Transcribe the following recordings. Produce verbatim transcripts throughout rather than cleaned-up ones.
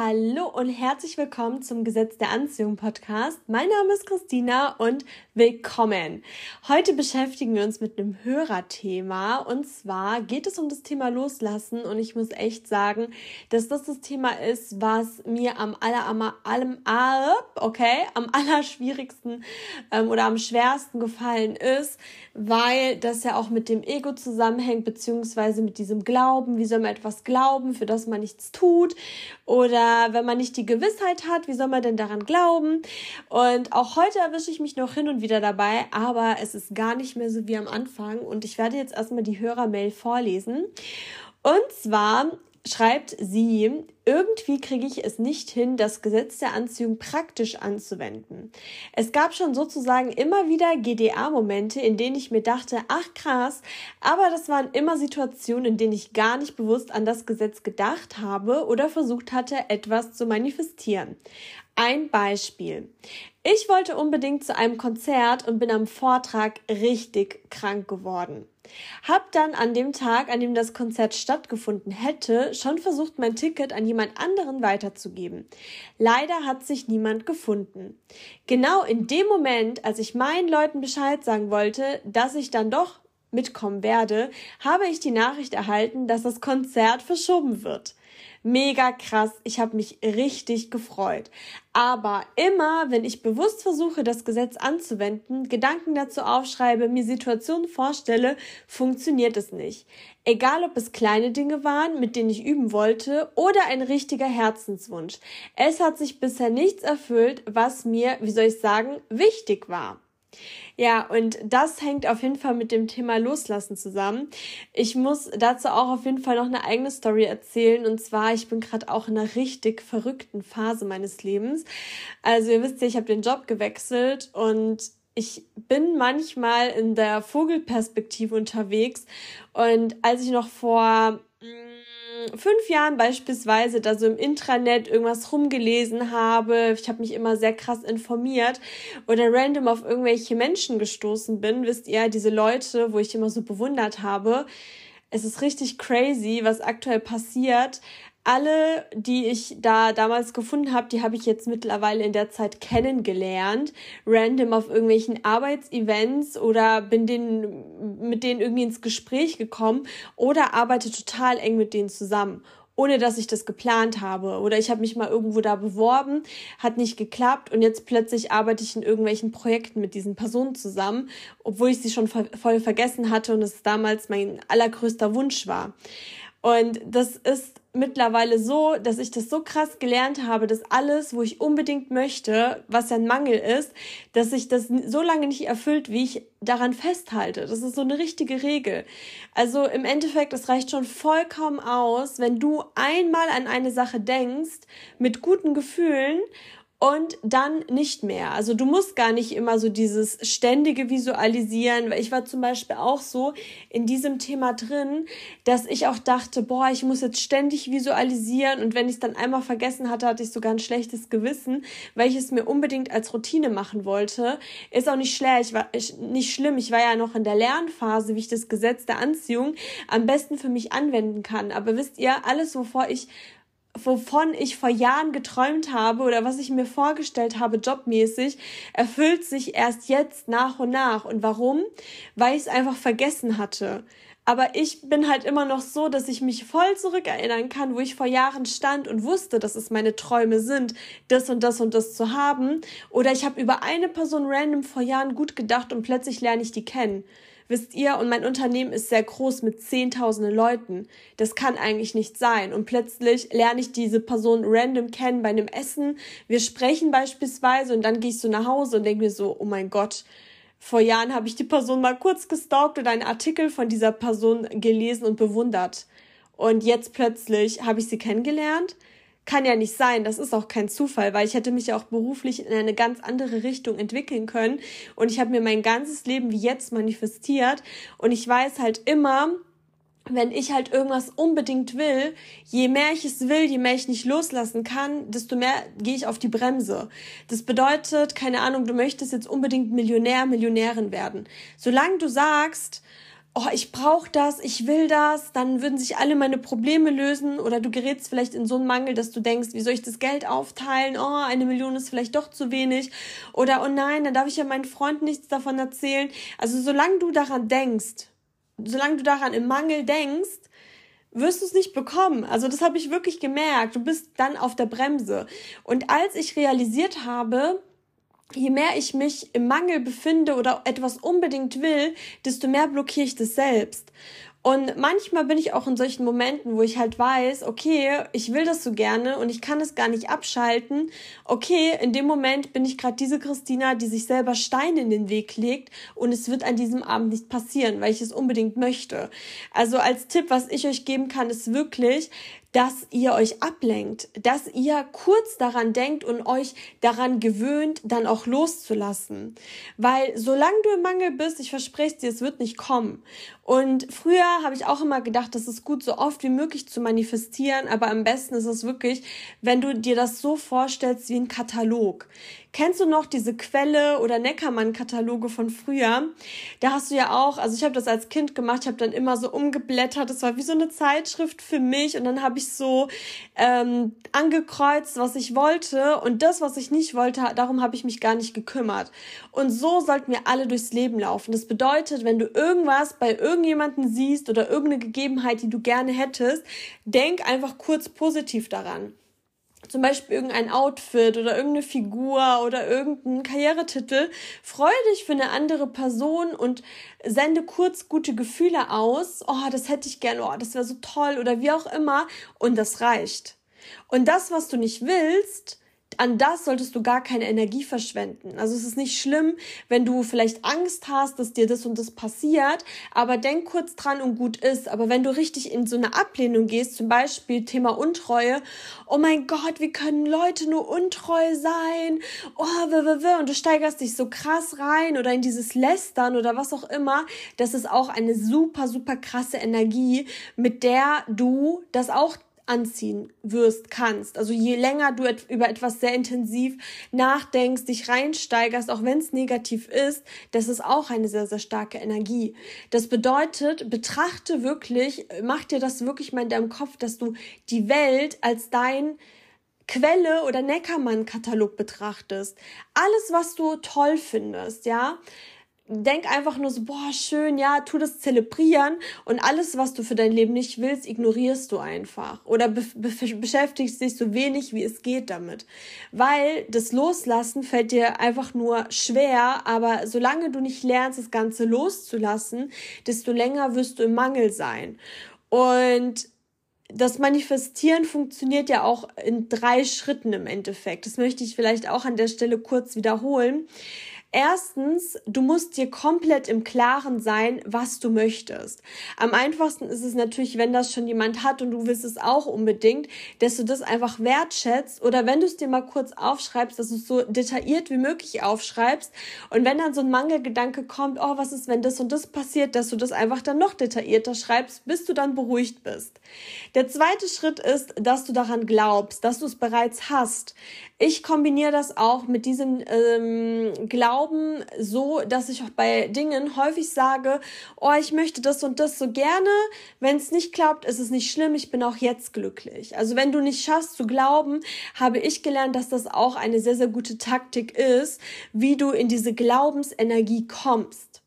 Hallo und herzlich willkommen zum Gesetz der Anziehung Podcast. Mein Name ist Christina und willkommen. Heute beschäftigen wir uns mit einem Hörerthema und zwar geht es um das Thema Loslassen und ich muss echt sagen, dass das das Thema ist, was mir am aller, am allem, okay, am allerschwierigsten ähm, oder am schwersten gefallen ist, weil das ja auch mit dem Ego zusammenhängt, beziehungsweise mit diesem Glauben, wie soll man etwas glauben, für das man nichts tut. Oder wenn man nicht die Gewissheit hat, wie soll man denn daran glauben? Und auch heute erwische ich mich noch hin und wieder dabei, aber es ist gar nicht mehr so wie am Anfang. Und ich werde jetzt erstmal die Hörermail vorlesen. Und zwar schreibt sie, irgendwie kriege ich es nicht hin, das Gesetz der Anziehung praktisch anzuwenden. Es gab schon sozusagen immer wieder G D A-Momente, in denen ich mir dachte, ach krass, aber das waren immer Situationen, in denen ich gar nicht bewusst an das Gesetz gedacht habe oder versucht hatte, etwas zu manifestieren. Ein Beispiel. Ich wollte unbedingt zu einem Konzert und bin am Vortrag richtig krank geworden. Hab dann an dem Tag, an dem das Konzert stattgefunden hätte, schon versucht, mein Ticket an jemand anderen weiterzugeben. Leider hat sich niemand gefunden. Genau in dem Moment, als ich meinen Leuten Bescheid sagen wollte, dass ich dann doch mitkommen werde, habe ich die Nachricht erhalten, dass das Konzert verschoben wird. Mega krass, ich habe mich richtig gefreut. Aber immer, wenn ich bewusst versuche, das Gesetz anzuwenden, Gedanken dazu aufschreibe, mir Situationen vorstelle, funktioniert es nicht. Egal, ob es kleine Dinge waren, mit denen ich üben wollte, oder ein richtiger Herzenswunsch. Es hat sich bisher nichts erfüllt, was mir, wie soll ich sagen, wichtig war. Ja, und das hängt auf jeden Fall mit dem Thema Loslassen zusammen. Ich muss dazu auch auf jeden Fall noch eine eigene Story erzählen. Und zwar, ich bin gerade auch in einer richtig verrückten Phase meines Lebens. Also ihr wisst ja, ich habe den Job gewechselt und ich bin manchmal in der Vogelperspektive unterwegs. Und als ich noch vor fünf Jahren beispielsweise da so im Intranet irgendwas rumgelesen habe, ich habe mich immer sehr krass informiert oder random auf irgendwelche Menschen gestoßen bin, wisst ihr, diese Leute, wo ich immer so bewundert habe. Es ist richtig crazy, was aktuell passiert. Alle, die ich da damals gefunden habe, die habe ich jetzt mittlerweile in der Zeit kennengelernt, random auf irgendwelchen Arbeitsevents oder bin denen, mit denen irgendwie ins Gespräch gekommen oder arbeite total eng mit denen zusammen, ohne dass ich das geplant habe. Oder ich habe mich mal irgendwo da beworben, hat nicht geklappt und jetzt plötzlich arbeite ich in irgendwelchen Projekten mit diesen Personen zusammen, obwohl ich sie schon voll vergessen hatte und es damals mein allergrößter Wunsch war. Und das ist mittlerweile so, dass ich das so krass gelernt habe, dass alles, wo ich unbedingt möchte, was ja ein Mangel ist, dass sich das so lange nicht erfüllt, wie ich daran festhalte. Das ist so eine richtige Regel. Also im Endeffekt, es reicht schon vollkommen aus, wenn du einmal an eine Sache denkst, mit guten Gefühlen, und dann nicht mehr. Also du musst gar nicht immer so dieses ständige Visualisieren, weil ich war zum Beispiel auch so in diesem Thema drin, dass ich auch dachte, boah, ich muss jetzt ständig visualisieren und wenn ich es dann einmal vergessen hatte, hatte ich sogar ein schlechtes Gewissen, weil ich es mir unbedingt als Routine machen wollte. Ist auch nicht schlecht, war nicht schlimm. Ich war ja noch in der Lernphase, wie ich das Gesetz der Anziehung am besten für mich anwenden kann. Aber wisst ihr, alles, wovor ich wovon ich vor Jahren geträumt habe oder was ich mir vorgestellt habe jobmäßig, erfüllt sich erst jetzt nach und nach. Und warum? Weil ich es einfach vergessen hatte. Aber ich bin halt immer noch so, dass ich mich voll zurückerinnern kann, wo ich vor Jahren stand und wusste, dass es meine Träume sind, das und das und das zu haben. Oder ich habe über eine Person random vor Jahren gut gedacht und plötzlich lerne ich die kennen. Wisst ihr, und mein Unternehmen ist sehr groß mit zehntausenden Leuten. Das kann eigentlich nicht sein. Und plötzlich lerne ich diese Person random kennen bei einem Essen. Wir sprechen beispielsweise und dann gehe ich so nach Hause und denke mir so, oh mein Gott, vor Jahren habe ich die Person mal kurz gestalkt oder einen Artikel von dieser Person gelesen und bewundert. Und jetzt plötzlich habe ich sie kennengelernt. Kann ja nicht sein, das ist auch kein Zufall, weil ich hätte mich ja auch beruflich in eine ganz andere Richtung entwickeln können und ich habe mir mein ganzes Leben wie jetzt manifestiert und ich weiß halt immer, wenn ich halt irgendwas unbedingt will, je mehr ich es will, je mehr ich nicht loslassen kann, desto mehr gehe ich auf die Bremse. Das bedeutet, keine Ahnung, du möchtest jetzt unbedingt Millionär, Millionärin werden. Solange du sagst, oh, ich brauche das, ich will das, dann würden sich alle meine Probleme lösen, oder du gerätst vielleicht in so einen Mangel, dass du denkst, wie soll ich das Geld aufteilen, oh, eine Million ist vielleicht doch zu wenig, oder oh nein, dann darf ich ja meinen Freunden nichts davon erzählen. Also solange du daran denkst, solange du daran im Mangel denkst, wirst du es nicht bekommen. Also das habe ich wirklich gemerkt. Du bist dann auf der Bremse. Und als ich realisiert habe, je mehr ich mich im Mangel befinde oder etwas unbedingt will, desto mehr blockiere ich das selbst. Und manchmal bin ich auch in solchen Momenten, wo ich halt weiß, okay, ich will das so gerne und ich kann es gar nicht abschalten. Okay, in dem Moment bin ich gerade diese Christina, die sich selber Steine in den Weg legt, und es wird an diesem Abend nicht passieren, weil ich es unbedingt möchte. Also als Tipp, was ich euch geben kann, ist wirklich, dass ihr euch ablenkt, dass ihr kurz daran denkt und euch daran gewöhnt, dann auch loszulassen. Weil solange du im Mangel bist, ich verspreche dir, es wird nicht kommen. Und früher habe ich auch immer gedacht, das ist gut, so oft wie möglich zu manifestieren, aber am besten ist es wirklich, wenn du dir das so vorstellst wie ein Katalog. Kennst du noch diese Quelle- oder Neckermann-Kataloge von früher? Da hast du ja auch, also ich habe das als Kind gemacht, ich habe dann immer so umgeblättert, das war wie so eine Zeitschrift für mich, und dann habe ich so ähm, angekreuzt, was ich wollte, und das, was ich nicht wollte, darum habe ich mich gar nicht gekümmert. Und so sollten wir alle durchs Leben laufen. Das bedeutet, wenn du irgendwas bei irgendjemandem siehst oder irgendeine Gegebenheit, die du gerne hättest, denk einfach kurz positiv daran. Zum Beispiel irgendein Outfit oder irgendeine Figur oder irgendein Karrieretitel. Freue dich für eine andere Person und sende kurz gute Gefühle aus. Oh, das hätte ich gerne, oh, das wäre so toll oder wie auch immer. Und das reicht. Und das, was du nicht willst, an das solltest du gar keine Energie verschwenden. Also es ist nicht schlimm, wenn du vielleicht Angst hast, dass dir das und das passiert, aber denk kurz dran und gut ist. Aber wenn du richtig in so eine Ablehnung gehst, zum Beispiel Thema Untreue, oh mein Gott, wie können Leute nur untreu sein? Oh, w -w -w und du steigerst dich so krass rein oder in dieses Lästern oder was auch immer, das ist auch eine super, super krasse Energie, mit der du das auch anziehen wirst, kannst. Also je länger du et- über etwas sehr intensiv nachdenkst, dich reinsteigerst, auch wenn es negativ ist, das ist auch eine sehr, sehr starke Energie. Das bedeutet, betrachte wirklich, mach dir das wirklich mal in deinem Kopf, dass du die Welt als dein Quelle- oder Neckermann-Katalog betrachtest. Alles, was du toll findest, ja, denk einfach nur so, boah, schön, ja, tu das zelebrieren, und alles, was du für dein Leben nicht willst, ignorierst du einfach oder be be beschäftigst dich so wenig, wie es geht damit. Weil das Loslassen fällt dir einfach nur schwer, aber solange du nicht lernst, das Ganze loszulassen, desto länger wirst du im Mangel sein. Und das Manifestieren funktioniert ja auch in drei Schritten im Endeffekt. Das möchte ich vielleicht auch an der Stelle kurz wiederholen. Erstens, du musst dir komplett im Klaren sein, was du möchtest. Am einfachsten ist es natürlich, wenn das schon jemand hat und du willst es auch unbedingt, dass du das einfach wertschätzt, oder wenn du es dir mal kurz aufschreibst, dass du es so detailliert wie möglich aufschreibst, und wenn dann so ein Mangelgedanke kommt, oh, was ist, wenn das und das passiert, dass du das einfach dann noch detaillierter schreibst, bis du dann beruhigt bist. Der zweite Schritt ist, dass du daran glaubst, dass du es bereits hast. Ich kombiniere das auch mit diesem ähm, Glauben so, dass ich auch bei Dingen häufig sage, oh, ich möchte das und das so gerne. Wenn es nicht klappt, ist es nicht schlimm, ich bin auch jetzt glücklich. Also wenn du nicht schaffst zu glauben, habe ich gelernt, dass das auch eine sehr, sehr gute Taktik ist, wie du in diese Glaubensenergie kommst.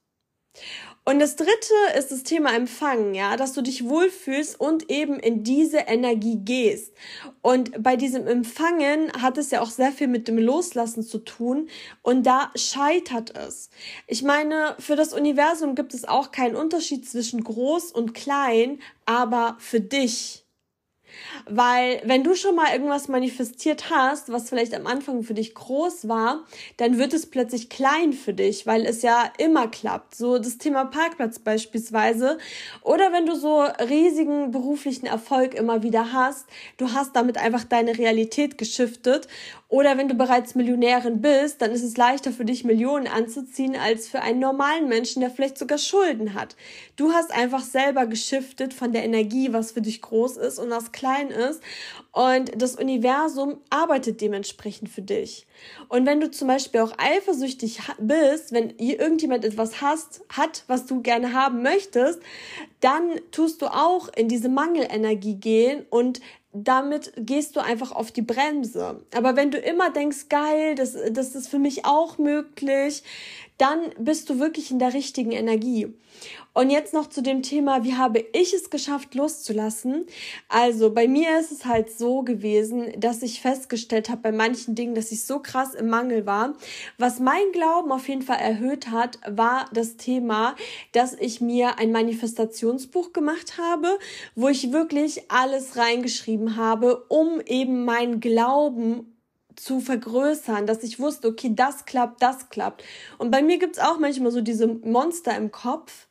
Und das dritte ist das Thema Empfangen, ja, dass du dich wohlfühlst und eben in diese Energie gehst. Und bei diesem Empfangen hat es ja auch sehr viel mit dem Loslassen zu tun, und da scheitert es. Ich meine, für das Universum gibt es auch keinen Unterschied zwischen groß und klein, aber für dich. Weil wenn du schon mal irgendwas manifestiert hast, was vielleicht am Anfang für dich groß war, dann wird es plötzlich klein für dich, weil es ja immer klappt. So das Thema Parkplatz beispielsweise. Oder wenn du so riesigen beruflichen Erfolg immer wieder hast, du hast damit einfach deine Realität geschiftet. Oder wenn du bereits Millionärin bist, dann ist es leichter für dich, Millionen anzuziehen, als für einen normalen Menschen, der vielleicht sogar Schulden hat. Du hast einfach selber geschiftet von der Energie, was für dich groß ist, und das klein ist und das Universum arbeitet dementsprechend für dich. Und wenn du zum Beispiel auch eifersüchtig bist, wenn irgendjemand etwas hast, hat, was du gerne haben möchtest, dann tust du auch in diese Mangelenergie gehen und damit gehst du einfach auf die Bremse. Aber wenn du immer denkst, geil, das, das ist für mich auch möglich, dann bist du wirklich in der richtigen Energie. Und jetzt noch zu dem Thema, wie habe ich es geschafft, loszulassen? Also bei mir ist es halt so gewesen, dass ich festgestellt habe bei manchen Dingen, dass ich so krass im Mangel war. Was mein Glauben auf jeden Fall erhöht hat, war das Thema, dass ich mir ein Manifestationsbuch gemacht habe, wo ich wirklich alles reingeschrieben habe, um eben meinen Glauben zu vergrößern, dass ich wusste, okay, das klappt, das klappt. Und bei mir gibt's auch manchmal so diese Monster im Kopf,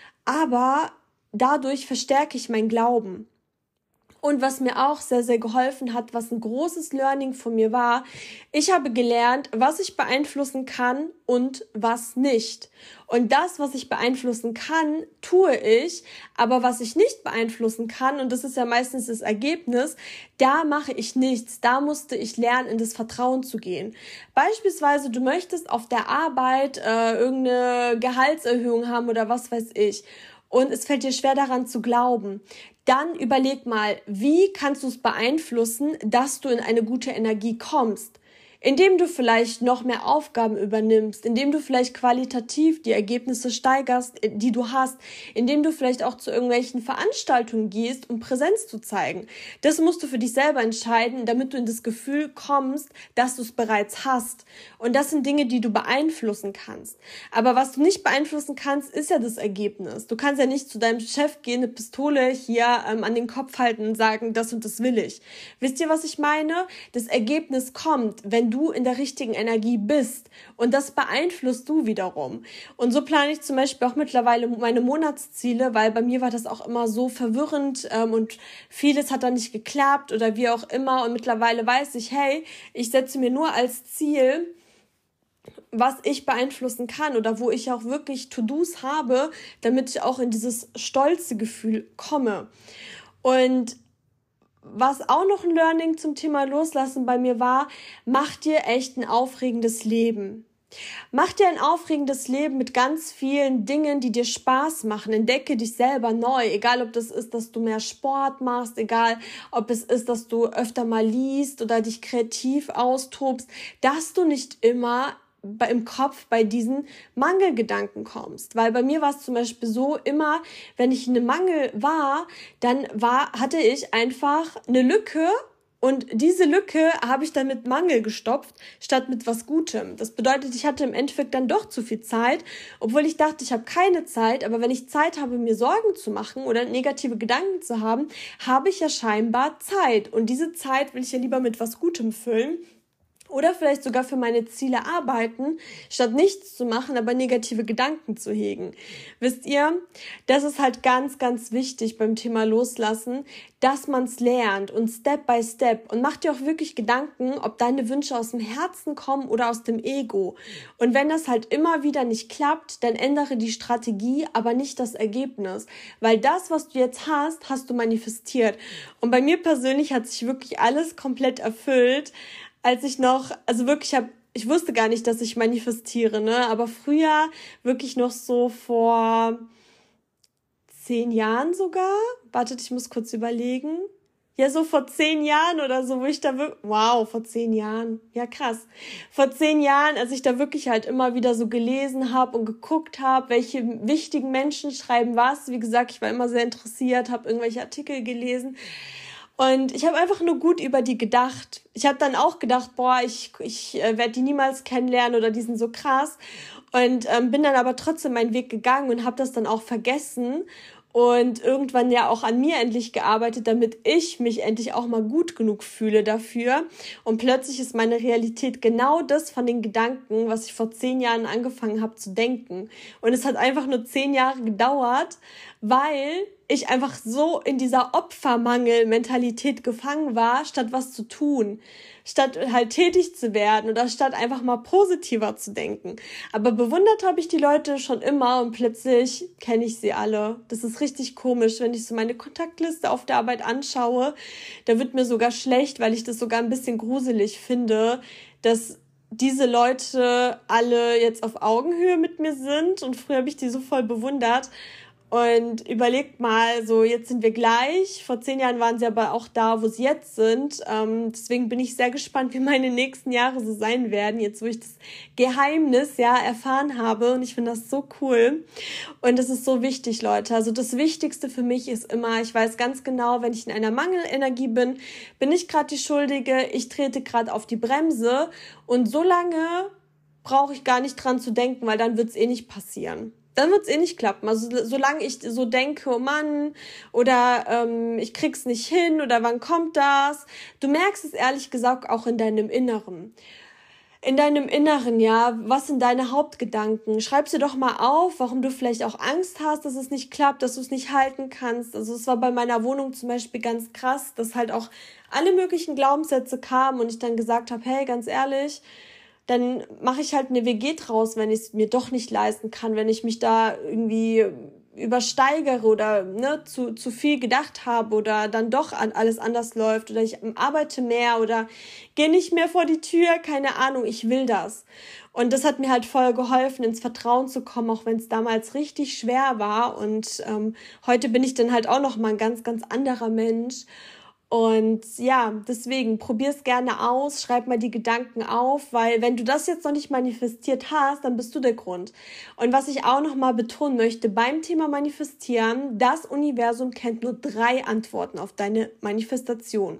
aber dadurch verstärke ich meinen Glauben. Und was mir auch sehr, sehr geholfen hat, was ein großes Learning von mir war, ich habe gelernt, was ich beeinflussen kann und was nicht. Und das, was ich beeinflussen kann, tue ich, aber was ich nicht beeinflussen kann, und das ist ja meistens das Ergebnis, da mache ich nichts. Da musste ich lernen, in das Vertrauen zu gehen. Beispielsweise, du möchtest auf der Arbeit äh, irgendeine Gehaltserhöhung haben oder was weiß ich. Und es fällt dir schwer daran zu glauben, dann überleg mal, wie kannst du es beeinflussen, dass du in eine gute Energie kommst? Indem du vielleicht noch mehr Aufgaben übernimmst, indem du vielleicht qualitativ die Ergebnisse steigerst, die du hast, indem du vielleicht auch zu irgendwelchen Veranstaltungen gehst, um Präsenz zu zeigen. Das musst du für dich selber entscheiden, damit du in das Gefühl kommst, dass du es bereits hast. Und das sind Dinge, die du beeinflussen kannst. Aber was du nicht beeinflussen kannst, ist ja das Ergebnis. Du kannst ja nicht zu deinem Chef gehen, eine Pistole hier ähm, an den Kopf halten und sagen, das und das will ich. Wisst ihr, was ich meine? Das Ergebnis kommt, wenn du in der richtigen Energie bist. Und das beeinflusst du wiederum. Und so plane ich zum Beispiel auch mittlerweile meine Monatsziele, weil bei mir war das auch immer so verwirrend ähm, und vieles hat dann nicht geklappt oder wie auch immer. Und mittlerweile weiß ich, hey, ich setze mir nur als Ziel, was ich beeinflussen kann oder wo ich auch wirklich To-Dos habe, damit ich auch in dieses stolze Gefühl komme. Und was auch noch ein Learning zum Thema Loslassen bei mir war, mach dir echt ein aufregendes Leben. Mach dir ein aufregendes Leben mit ganz vielen Dingen, die dir Spaß machen. Entdecke dich selber neu, egal ob das ist, dass du mehr Sport machst, egal ob es ist, dass du öfter mal liest oder dich kreativ austobst, dass du nicht immer im Kopf bei diesen Mangelgedanken kommst. Weil bei mir war es zum Beispiel so, immer wenn ich in einem Mangel war, dann war, hatte ich einfach eine Lücke und diese Lücke habe ich dann mit Mangel gestopft, statt mit was Gutem. Das bedeutet, ich hatte im Endeffekt dann doch zu viel Zeit, obwohl ich dachte, ich habe keine Zeit, aber wenn ich Zeit habe, mir Sorgen zu machen oder negative Gedanken zu haben, habe ich ja scheinbar Zeit. Und diese Zeit will ich ja lieber mit was Gutem füllen. Oder vielleicht sogar für meine Ziele arbeiten, statt nichts zu machen, aber negative Gedanken zu hegen. Wisst ihr, das ist halt ganz, ganz wichtig beim Thema Loslassen, dass man es lernt und Step by Step. Und mach dir auch wirklich Gedanken, ob deine Wünsche aus dem Herzen kommen oder aus dem Ego. Und wenn das halt immer wieder nicht klappt, dann ändere die Strategie, aber nicht das Ergebnis. Weil das, was du jetzt hast, hast du manifestiert. Und bei mir persönlich hat sich wirklich alles komplett erfüllt. Als ich noch, also wirklich habe, ich wusste gar nicht, dass ich manifestiere, ne, aber früher wirklich noch so vor zehn Jahren sogar, wartet, ich muss kurz überlegen, ja, so vor zehn Jahren oder so, wo ich da wirklich, wow, vor zehn Jahren, ja krass, vor zehn Jahren, als ich da wirklich halt immer wieder so gelesen habe und geguckt habe, welche wichtigen Menschen schreiben was, wie gesagt, ich war immer sehr interessiert, habe irgendwelche Artikel gelesen. Und ich habe einfach nur gut über die gedacht. Ich habe dann auch gedacht, boah, ich, ich äh, werde die niemals kennenlernen oder die sind so krass. Und ähm, bin dann aber trotzdem meinen Weg gegangen und habe das dann auch vergessen. Und irgendwann ja auch an mir endlich gearbeitet, damit ich mich endlich auch mal gut genug fühle dafür. Und plötzlich ist meine Realität genau das von den Gedanken, was ich vor zehn Jahren angefangen habe zu denken. Und es hat einfach nur zehn Jahre gedauert, weil ich einfach so in dieser Opfermangel-Mentalität gefangen war, statt was zu tun, statt halt tätig zu werden oder statt einfach mal positiver zu denken. Aber bewundert habe ich die Leute schon immer und plötzlich kenne ich sie alle. Das ist richtig komisch, wenn ich so meine Kontaktliste auf der Arbeit anschaue. Da wird mir sogar schlecht, weil ich das sogar ein bisschen gruselig finde, dass diese Leute alle jetzt auf Augenhöhe mit mir sind. Und früher habe ich die so voll bewundert. Und überlegt mal, so jetzt sind wir gleich. Vor zehn Jahren waren sie aber auch da, wo sie jetzt sind. Ähm, deswegen bin ich sehr gespannt, wie meine nächsten Jahre so sein werden, jetzt wo ich das Geheimnis ja erfahren habe. Und ich finde das so cool. Und das ist so wichtig, Leute. Also das Wichtigste für mich ist immer, ich weiß ganz genau, wenn ich in einer Mangelenergie bin, bin ich gerade die Schuldige. Ich trete gerade auf die Bremse. Und so lange brauche ich gar nicht dran zu denken, weil dann wird es eh nicht passieren. Dann wird's eh nicht klappen. Also solange ich so denke, oh Mann, oder ähm, ich krieg's nicht hin, oder wann kommt das? Du merkst es ehrlich gesagt auch in deinem Inneren. In deinem Inneren, ja, was sind deine Hauptgedanken? Schreib sie doch mal auf, warum du vielleicht auch Angst hast, dass es nicht klappt, dass du es nicht halten kannst. Also es war bei meiner Wohnung zum Beispiel ganz krass, dass halt auch alle möglichen Glaubenssätze kamen und ich dann gesagt habe, hey, ganz ehrlich, dann mache ich halt eine W G draus, wenn ich es mir doch nicht leisten kann, wenn ich mich da irgendwie übersteigere oder ne, zu, zu viel gedacht habe oder dann doch an alles anders läuft oder ich arbeite mehr oder gehe nicht mehr vor die Tür, keine Ahnung, ich will das. Und das hat mir halt voll geholfen, ins Vertrauen zu kommen, auch wenn es damals richtig schwer war. Und ähm, heute bin ich dann halt auch noch mal ein ganz, ganz anderer Mensch. Und ja, deswegen probier's gerne aus, schreib mal die Gedanken auf, weil wenn du das jetzt noch nicht manifestiert hast, dann bist du der Grund. Und was ich auch noch mal betonen möchte beim Thema Manifestieren, das Universum kennt nur drei Antworten auf deine Manifestation.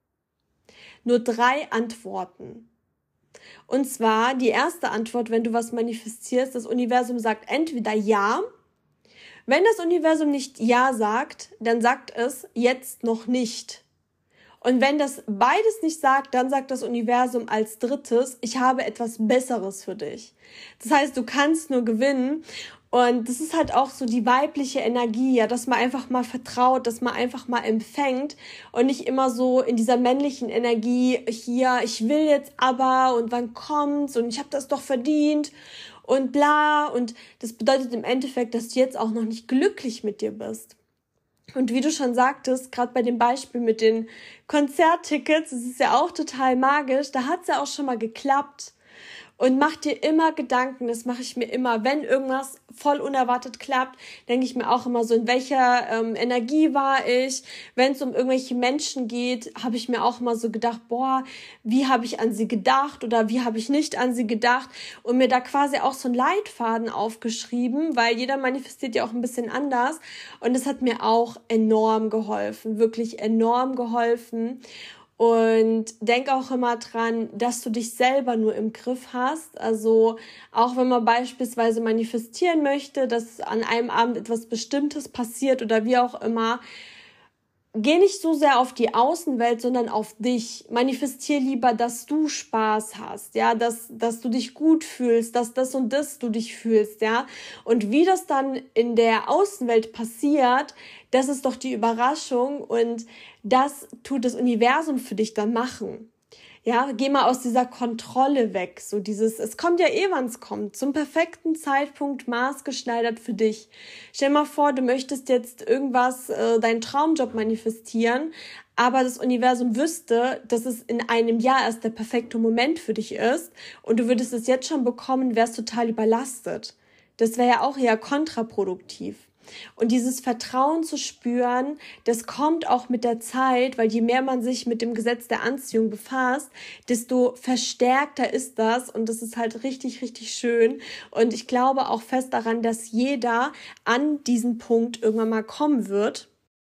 Nur drei Antworten. Und zwar die erste Antwort, wenn du was manifestierst, das Universum sagt entweder ja. Wenn das Universum nicht ja sagt, dann sagt es jetzt noch nicht. Und wenn das beides nicht sagt, dann sagt das Universum als drittes, ich habe etwas Besseres für dich. Das heißt, du kannst nur gewinnen. Und das ist halt auch so die weibliche Energie, ja, dass man einfach mal vertraut, dass man einfach mal empfängt und nicht immer so in dieser männlichen Energie, hier, ich will jetzt aber und wann kommt's und ich habe das doch verdient und bla. Und das bedeutet im Endeffekt, dass du jetzt auch noch nicht glücklich mit dir bist. Und wie du schon sagtest, gerade bei dem Beispiel mit den Konzerttickets, das ist ja auch total magisch, da hat's ja auch schon mal geklappt. Und mach dir immer Gedanken, das mache ich mir immer, wenn irgendwas voll unerwartet klappt, denke ich mir auch immer so, in welcher ähm, Energie war ich? Wenn es um irgendwelche Menschen geht, habe ich mir auch immer so gedacht, boah, wie habe ich an sie gedacht oder wie habe ich nicht an sie gedacht? Und mir da quasi auch so einen Leitfaden aufgeschrieben, weil jeder manifestiert ja auch ein bisschen anders. Und das hat mir auch enorm geholfen, wirklich enorm geholfen. Und denk auch immer dran, dass du dich selber nur im Griff hast. Also auch wenn man beispielsweise manifestieren möchte, dass an einem Abend etwas Bestimmtes passiert oder wie auch immer, geh nicht so sehr auf die Außenwelt, sondern auf dich. Manifestier lieber, dass du Spaß hast, ja, dass, dass du dich gut fühlst, dass das und das du dich fühlst, ja. Und wie das dann in der Außenwelt passiert, das ist doch die Überraschung und das tut das Universum für dich dann machen. Ja, geh mal aus dieser Kontrolle weg, so dieses, es kommt ja eh, wann es kommt, zum perfekten Zeitpunkt maßgeschneidert für dich. Stell dir mal vor, du möchtest jetzt irgendwas, äh, deinen Traumjob manifestieren, aber das Universum wüsste, dass es in einem Jahr erst der perfekte Moment für dich ist und du würdest es jetzt schon bekommen, wärst total überlastet. Das wäre ja auch eher kontraproduktiv. Und dieses Vertrauen zu spüren, das kommt auch mit der Zeit, weil je mehr man sich mit dem Gesetz der Anziehung befasst, desto verstärkter ist das und das ist halt richtig, richtig schön. Und ich glaube auch fest daran, dass jeder an diesen Punkt irgendwann mal kommen wird.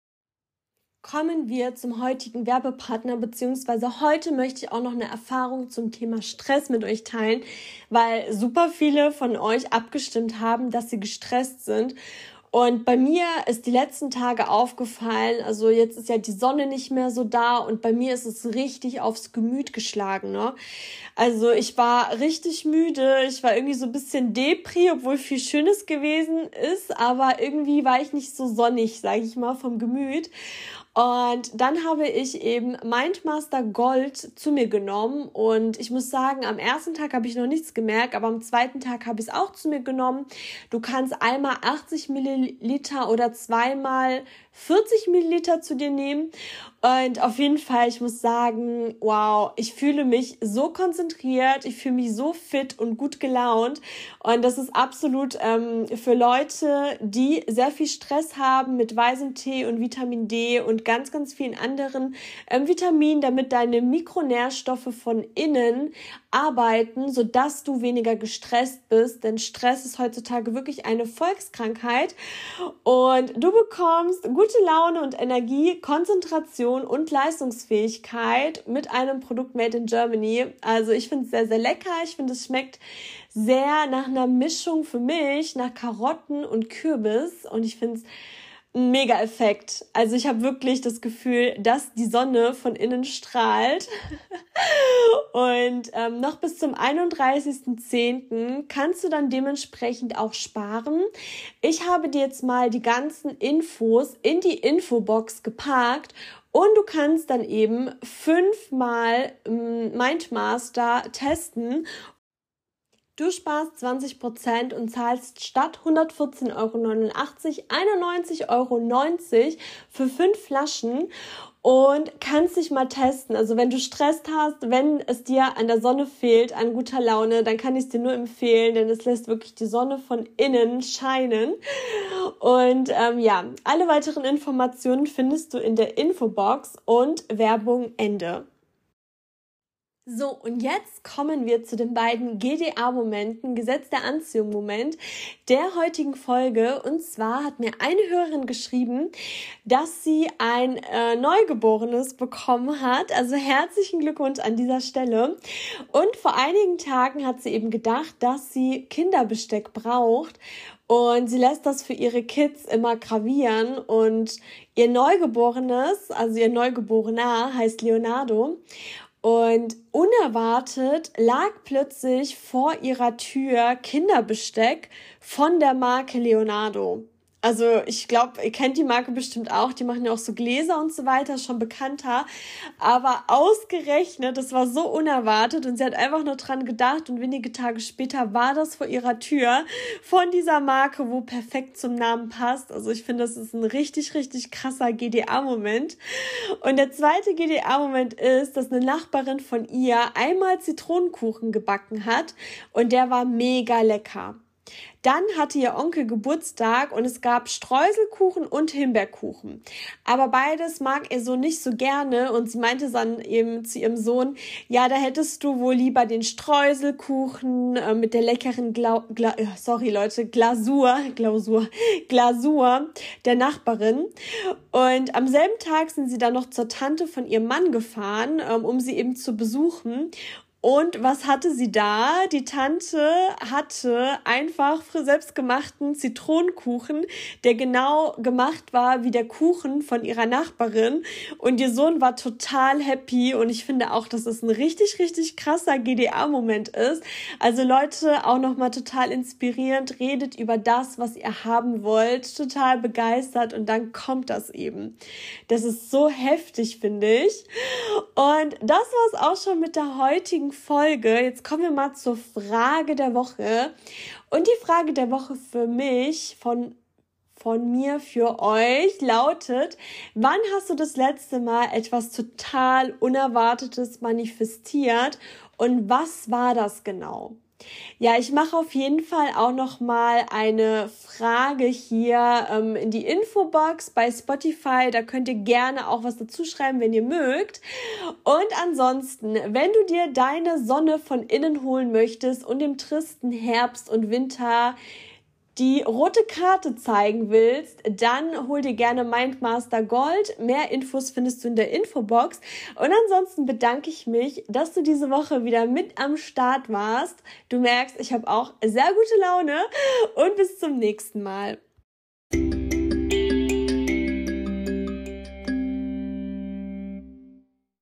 Kommen wir zum heutigen Werbepartner, beziehungsweise heute möchte ich auch noch eine Erfahrung zum Thema Stress mit euch teilen, weil super viele von euch abgestimmt haben, dass sie gestresst sind. Und bei mir ist die letzten Tage aufgefallen, also jetzt ist ja die Sonne nicht mehr so da und bei mir ist es richtig aufs Gemüt geschlagen, ne? Also ich war richtig müde, ich war irgendwie so ein bisschen Depri, obwohl viel Schönes gewesen ist, aber irgendwie war ich nicht so sonnig, sage ich mal, vom Gemüt. Und dann habe ich eben Mindmaster Gold zu mir genommen und ich muss sagen, am ersten Tag habe ich noch nichts gemerkt, aber am zweiten Tag habe ich es auch zu mir genommen. Du kannst einmal achtzig Milliliter oder zweimal vierzig Milliliter zu dir nehmen und auf jeden Fall, ich muss sagen, wow, ich fühle mich so konzentriert, ich fühle mich so fit und gut gelaunt und das ist absolut ähm, für Leute, die sehr viel Stress haben mit weißem Tee und Vitamin D und ganz, ganz vielen anderen ähm, Vitaminen, damit deine Mikronährstoffe von innen arbeiten, sodass du weniger gestresst bist, denn Stress ist heutzutage wirklich eine Volkskrankheit und du bekommst gute Laune und Energie, Konzentration und Leistungsfähigkeit mit einem Produkt made in Germany. Also ich finde es sehr, sehr lecker. Ich finde, es schmeckt sehr nach einer Mischung für mich, nach Karotten und Kürbis und ich finde es ein Mega-Effekt. Also ich habe wirklich das Gefühl, dass die Sonne von innen strahlt. Und ähm, noch bis zum einunddreißigsten zehnten kannst du dann dementsprechend auch sparen. Ich habe dir jetzt mal die ganzen Infos in die Infobox gepackt und du kannst dann eben fünfmal ähm, Mindmaster testen. Du sparst zwanzig Prozent und zahlst statt hundertvierzehn Euro neunundachtzig einundneunzig Euro neunzig für fünf Flaschen und kannst dich mal testen. Also wenn du Stress hast, wenn es dir an der Sonne fehlt, an guter Laune, dann kann ich es dir nur empfehlen, denn es lässt wirklich die Sonne von innen scheinen. Und ähm, ja, alle weiteren Informationen findest du in der Infobox und Werbung Ende. So, und jetzt kommen wir zu den beiden G D A-Momenten, Gesetz der Anziehung-Moment der heutigen Folge. Und zwar hat mir eine Hörerin geschrieben, dass sie ein äh, Neugeborenes bekommen hat. Also herzlichen Glückwunsch an dieser Stelle. Und vor einigen Tagen hat sie eben gedacht, dass sie Kinderbesteck braucht. Und sie lässt das für ihre Kids immer gravieren. Und ihr Neugeborenes, also ihr Neugeborener, heißt Leonardo. Und unerwartet lag plötzlich vor ihrer Tür Kinderbesteck von der Marke Leonardo. Also ich glaube, ihr kennt die Marke bestimmt auch, die machen ja auch so Gläser und so weiter, schon bekannter. Aber ausgerechnet, das war so unerwartet und sie hat einfach nur dran gedacht und wenige Tage später war das vor ihrer Tür von dieser Marke, wo perfekt zum Namen passt. Also ich finde, das ist ein richtig, richtig krasser G D A-Moment. Und der zweite G D A-Moment ist, dass eine Nachbarin von ihr einmal Zitronenkuchen gebacken hat und der war mega lecker. Dann hatte ihr Onkel Geburtstag und es gab Streuselkuchen und Himbeerkuchen. Aber beides mag er so nicht so gerne und sie meinte dann eben zu ihrem Sohn, ja, da hättest du wohl lieber den Streuselkuchen äh, mit der leckeren Gla Gla sorry Leute, Glasur, Glasur, Glasur der Nachbarin. Und am selben Tag sind sie dann noch zur Tante von ihrem Mann gefahren, ähm, um sie eben zu besuchen. Und was hatte sie da? Die Tante hatte einfach selbstgemachten Zitronenkuchen, der genau gemacht war wie der Kuchen von ihrer Nachbarin. Und ihr Sohn war total happy. Und ich finde auch, dass es ein richtig, richtig krasser G D A-Moment ist. Also Leute, auch nochmal total inspirierend. Redet über das, was ihr haben wollt. Total begeistert. Und dann kommt das eben. Das ist so heftig, finde ich. Und das war es auch schon mit der heutigen Folge. Jetzt kommen wir mal zur Frage der Woche. Und die Frage der Woche für mich, von, von mir für euch, lautet: Wann hast du das letzte Mal etwas total Unerwartetes manifestiert und was war das genau? Ja, ich mache auf jeden Fall auch noch mal eine Frage hier ähm, in die Infobox bei Spotify. Da könnt ihr gerne auch was dazu schreiben, wenn ihr mögt. Und ansonsten, wenn du dir deine Sonne von innen holen möchtest und im tristen Herbst und Winter die rote Karte zeigen willst, dann hol dir gerne Mindmaster Gold. Mehr Infos findest du in der Infobox. Und ansonsten bedanke ich mich, dass du diese Woche wieder mit am Start warst. Du merkst, ich habe auch sehr gute Laune und bis zum nächsten Mal.